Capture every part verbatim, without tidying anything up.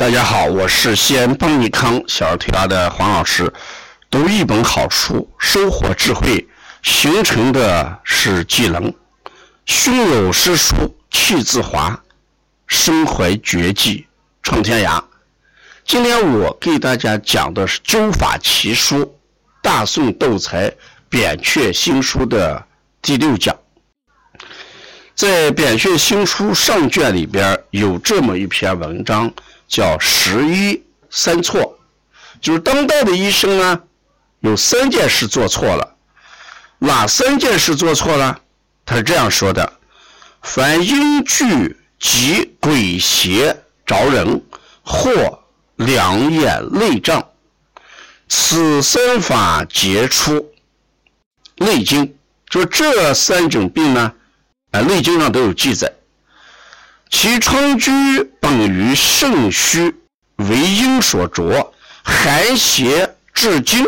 大家好，我是西安邦尼康小儿推拿的黄老师。读一本好书，收获智慧，形成的是技能。胸有诗书气自华，身怀绝技创天涯。今天我给大家讲的是灸法奇书大宋斗才扁鹊新书的第六讲。在扁鹊新书上卷里边有这么一篇文章，叫十一三错，就是当代的医生呢有三件事做错了。哪三件事做错了？他是这样说的：凡阴聚及鬼邪着人，或两眼内障，此三法皆出内经。就是这三种病呢啊，内经上都有记载。其疮疽本于肾虚，为阴所着，寒邪至精，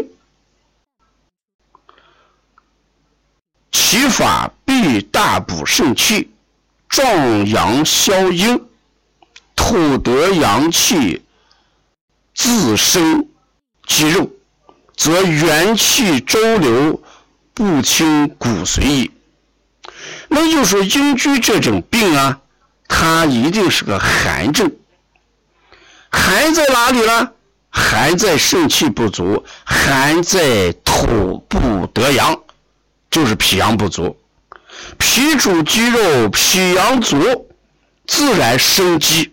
其法必大补肾气，壮阳消阴，土得阳气，自生肌肉，则元气周流，不侵骨髓矣。那就是说阴疽这种病啊，它一定是个寒症。寒在哪里呢？寒在肾气不足，寒在土不得阳，就是脾阳不足。脾主肌肉，脾阳足，自然生肌。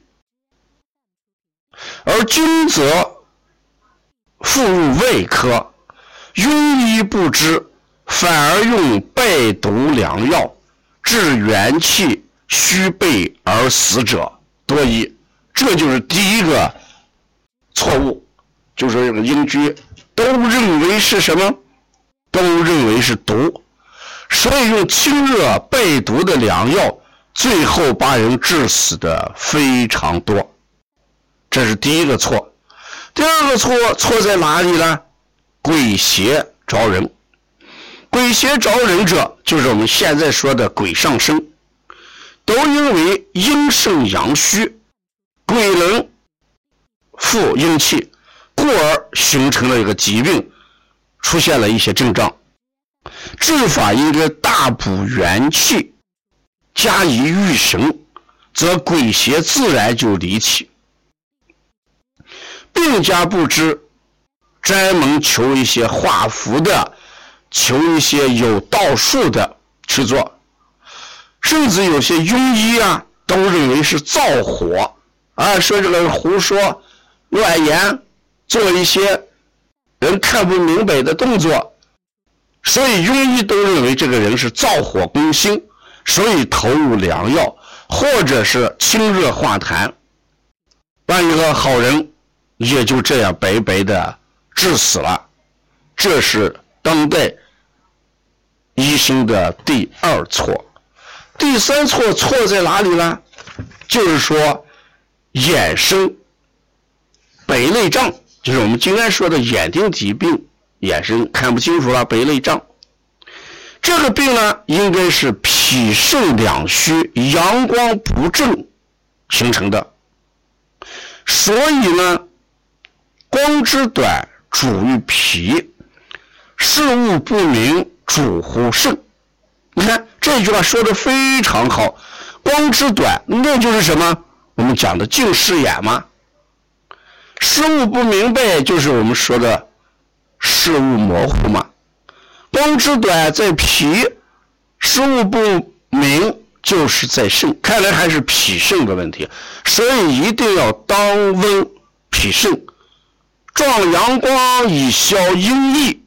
而精则复入外科，庸医不知，反而用败毒良药，致元气虚备而死者多矣。这就是第一个错误，就是这个阴疽都认为是什么？都认为是毒，所以用清热败毒的良药，最后把人致死的非常多。这是第一个错。第二个错错在哪里呢？鬼邪着人。鬼邪着人者，就是我们现在说的鬼上身，都因为阴盛阳虚，鬼能负阴气，故而形成了一个疾病，出现了一些症状。治法应该大补元气，加以御神，则鬼邪自然就离起。病家不知，专门求一些画符的，求一些有道术的去做，甚至有些庸医啊都认为是造火啊，说这个胡说乱言，做一些人看不明白的动作，所以庸医都认为这个人是造火攻心，所以投入良药或者是清热化痰，让一个好人也就这样白白的致死了。这是当代医生的第二错。第三错错在哪里呢？就是说眼生白内障，就是我们今天说的眼睛疾病，眼神看不清楚了，白内障。这个病呢，应该是脾肾两虚，阳光不正形成的。所以呢，光之短主于脾，事物不明主乎肾。你看这句话说的非常好。光之短，那就是什么？我们讲的近视眼嘛。事物不明白，就是我们说的事物模糊嘛。光之短在脾，事物不明就是在肾，看来还是脾肾的问题。所以一定要当温脾肾，壮阳光以消阴翳。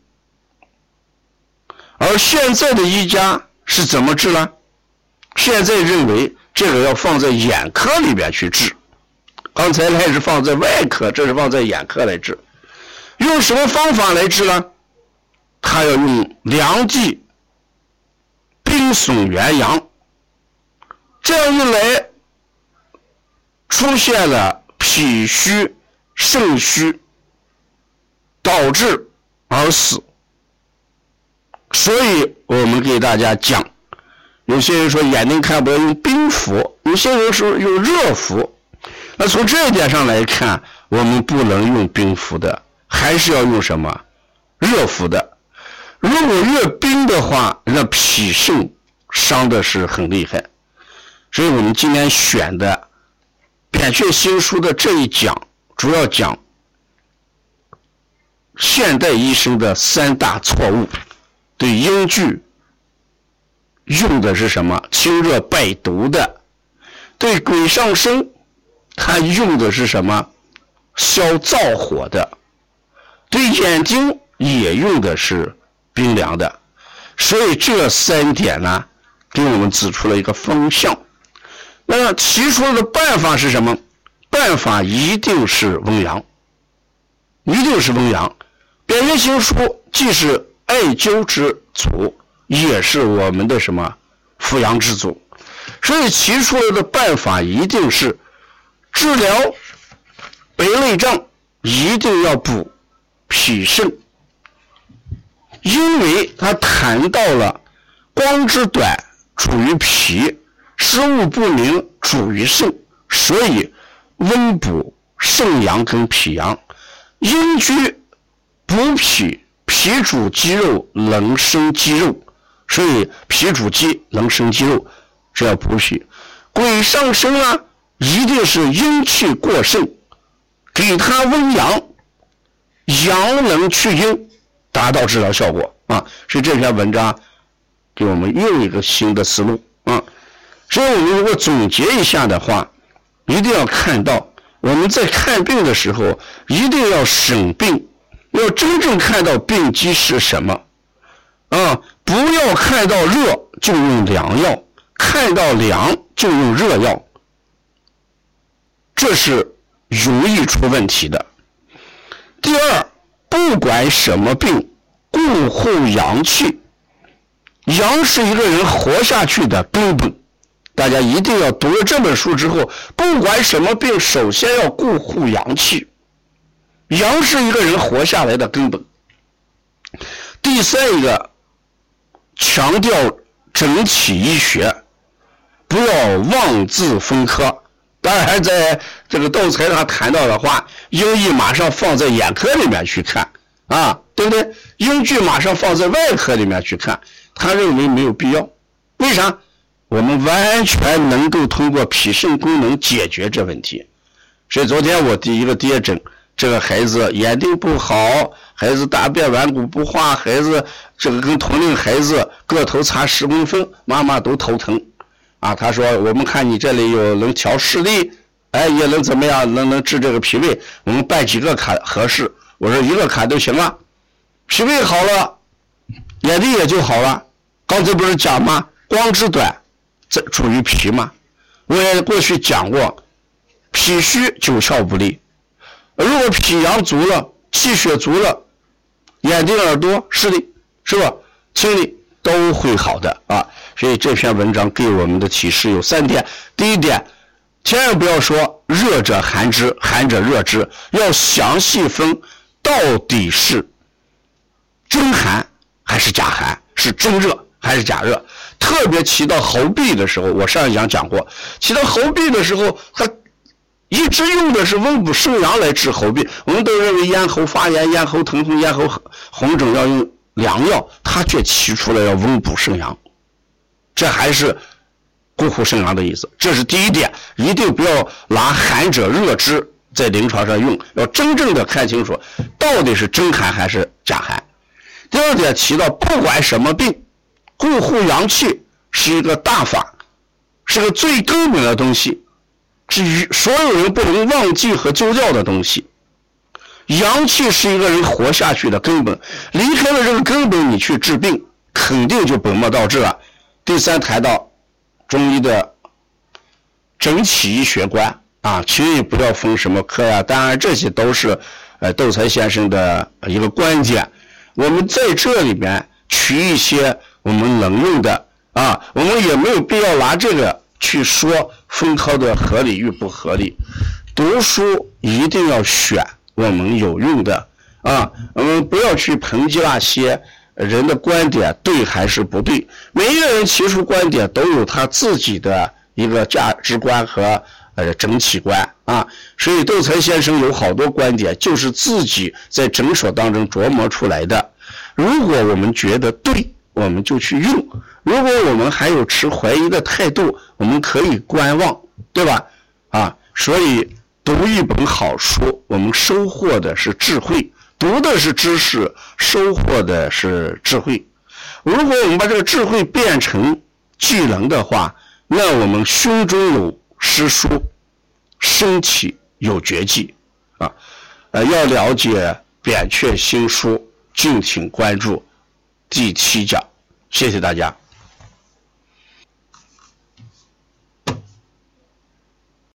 而现在的医家是怎么治呢？现在认为这个要放在眼科里边去治，刚才还是放在外科，这是放在眼科来治。用什么方法来治呢？他要用凉剂冰损元阳，这样一来出现了脾虚肾虚，导致而死。所以我们给大家讲，有些人说眼睛看不到用冰敷，有些人说用热敷， 那从这一点上来看，我们不能用冰敷的，还是要用什么？热敷的。如果越冰的话，那脾肾伤的是很厉害。所以我们今天选的扁鹊新书的这一讲，主要讲现代医生的三大错误。对阴具用的是什么？清热败毒的。对鬼上身，他用的是什么？消燥火的。对眼睛也用的是冰凉的。所以这三点呢，给我们指出了一个方向。那么提出的办法是什么？办法一定是温阳，一定是温阳。扁鹊新书既是艾灸之祖，也是我们的什么扶阳之祖。所以提出来的办法一定是治疗白内障，一定要补脾肾，因为他谈到了光之短主于脾，失误不明主于肾，所以温补肾阳跟脾阳。阴居补脾，脾主肌肉，能生肌肉，所以脾主肌，能生肌肉，这要补脾。鬼上身啊，一定是阴气过盛，给他温阳，阳能去阴，达到治疗效果啊。所以这篇文章给我们又一个新的思路啊。所以我们如果总结一下的话，一定要看到我们在看病的时候，一定要审病，要真正看到病机是什么啊，不要看到热就用凉药，看到凉就用热药，这是容易出问题的。第二，不管什么病，固护阳气，阳是一个人活下去的根本。大家一定要读了这本书之后，不管什么病，首先要固护阳气，阳是一个人活下来的根本。第三一个，强调整体医学，不要妄自分科。当然在这个斗材上谈到的话，英译马上放在眼科里面去看啊，对不对？英剧马上放在外科里面去看，他认为没有必要。为啥？我们完全能够通过脾肾功能解决这问题。所以昨天我第一个跌诊，这个孩子眼睛不好，孩子大便顽固不化，孩子这个跟同龄孩子个头差十公分，妈妈都头疼啊。他说我们看你这里有能调视力，哎，也能怎么样，能能治这个脾胃，我们办几个卡合适。我说一个卡就行了，脾胃好了，眼睛也就好了。刚才不是讲吗？光之短这主于脾嘛，我也过去讲过，脾虚九窍不利，如果脾阳足了，气血足了，眼睛耳朵视力是吧，听力都会好的啊。所以这篇文章给我们的启示有三点。第一点，千万不要说热者寒之，寒者热之，要详细分到底是真寒还是假寒，是真热还是假热。特别提到喉痹的时候，我上一讲讲过，提到喉痹的时候，他一直用的是温补肾阳来治喉痹。我们都认为咽喉发炎、咽喉疼痛、咽喉红肿要用凉药，他却提出了要温补肾阳，这还是固护肾阳的意思。这是第一点，一定不要拿寒者热之在临床上用，要真正的看清楚到底是真寒还是假寒。第二点提到，不管什么病，固护阳气是一个大法，是个最根本的东西，是所有人不能忘记和丢掉的东西。阳气是一个人活下去的根本，离开了这个根本，你去治病肯定就本末倒置了。第三，谈到中医的整体医学观啊，轻易不要分什么科呀、啊，当然这些都是呃窦才先生的一个观点。我们在这里面取一些我们能用的啊，我们也没有必要拿这个去说分科的合理与不合理。读书一定要选我们有用的啊，我们不要去抨击那些人的观点对还是不对。每一个人提出观点都有他自己的一个价值观和呃整体观啊。所以窦才先生有好多观点就是自己在诊所当中琢磨出来的。如果我们觉得对，我们就去用；如果我们还有持怀疑的态度，我们可以观望，对吧？啊，所以读一本好书，我们收获的是智慧，读的是知识，收获的是智慧。如果我们把这个智慧变成技能的话，那我们胸中有诗书，身体有绝技啊！呃，要了解扁鹊新书，敬请关注第七讲。谢谢大家。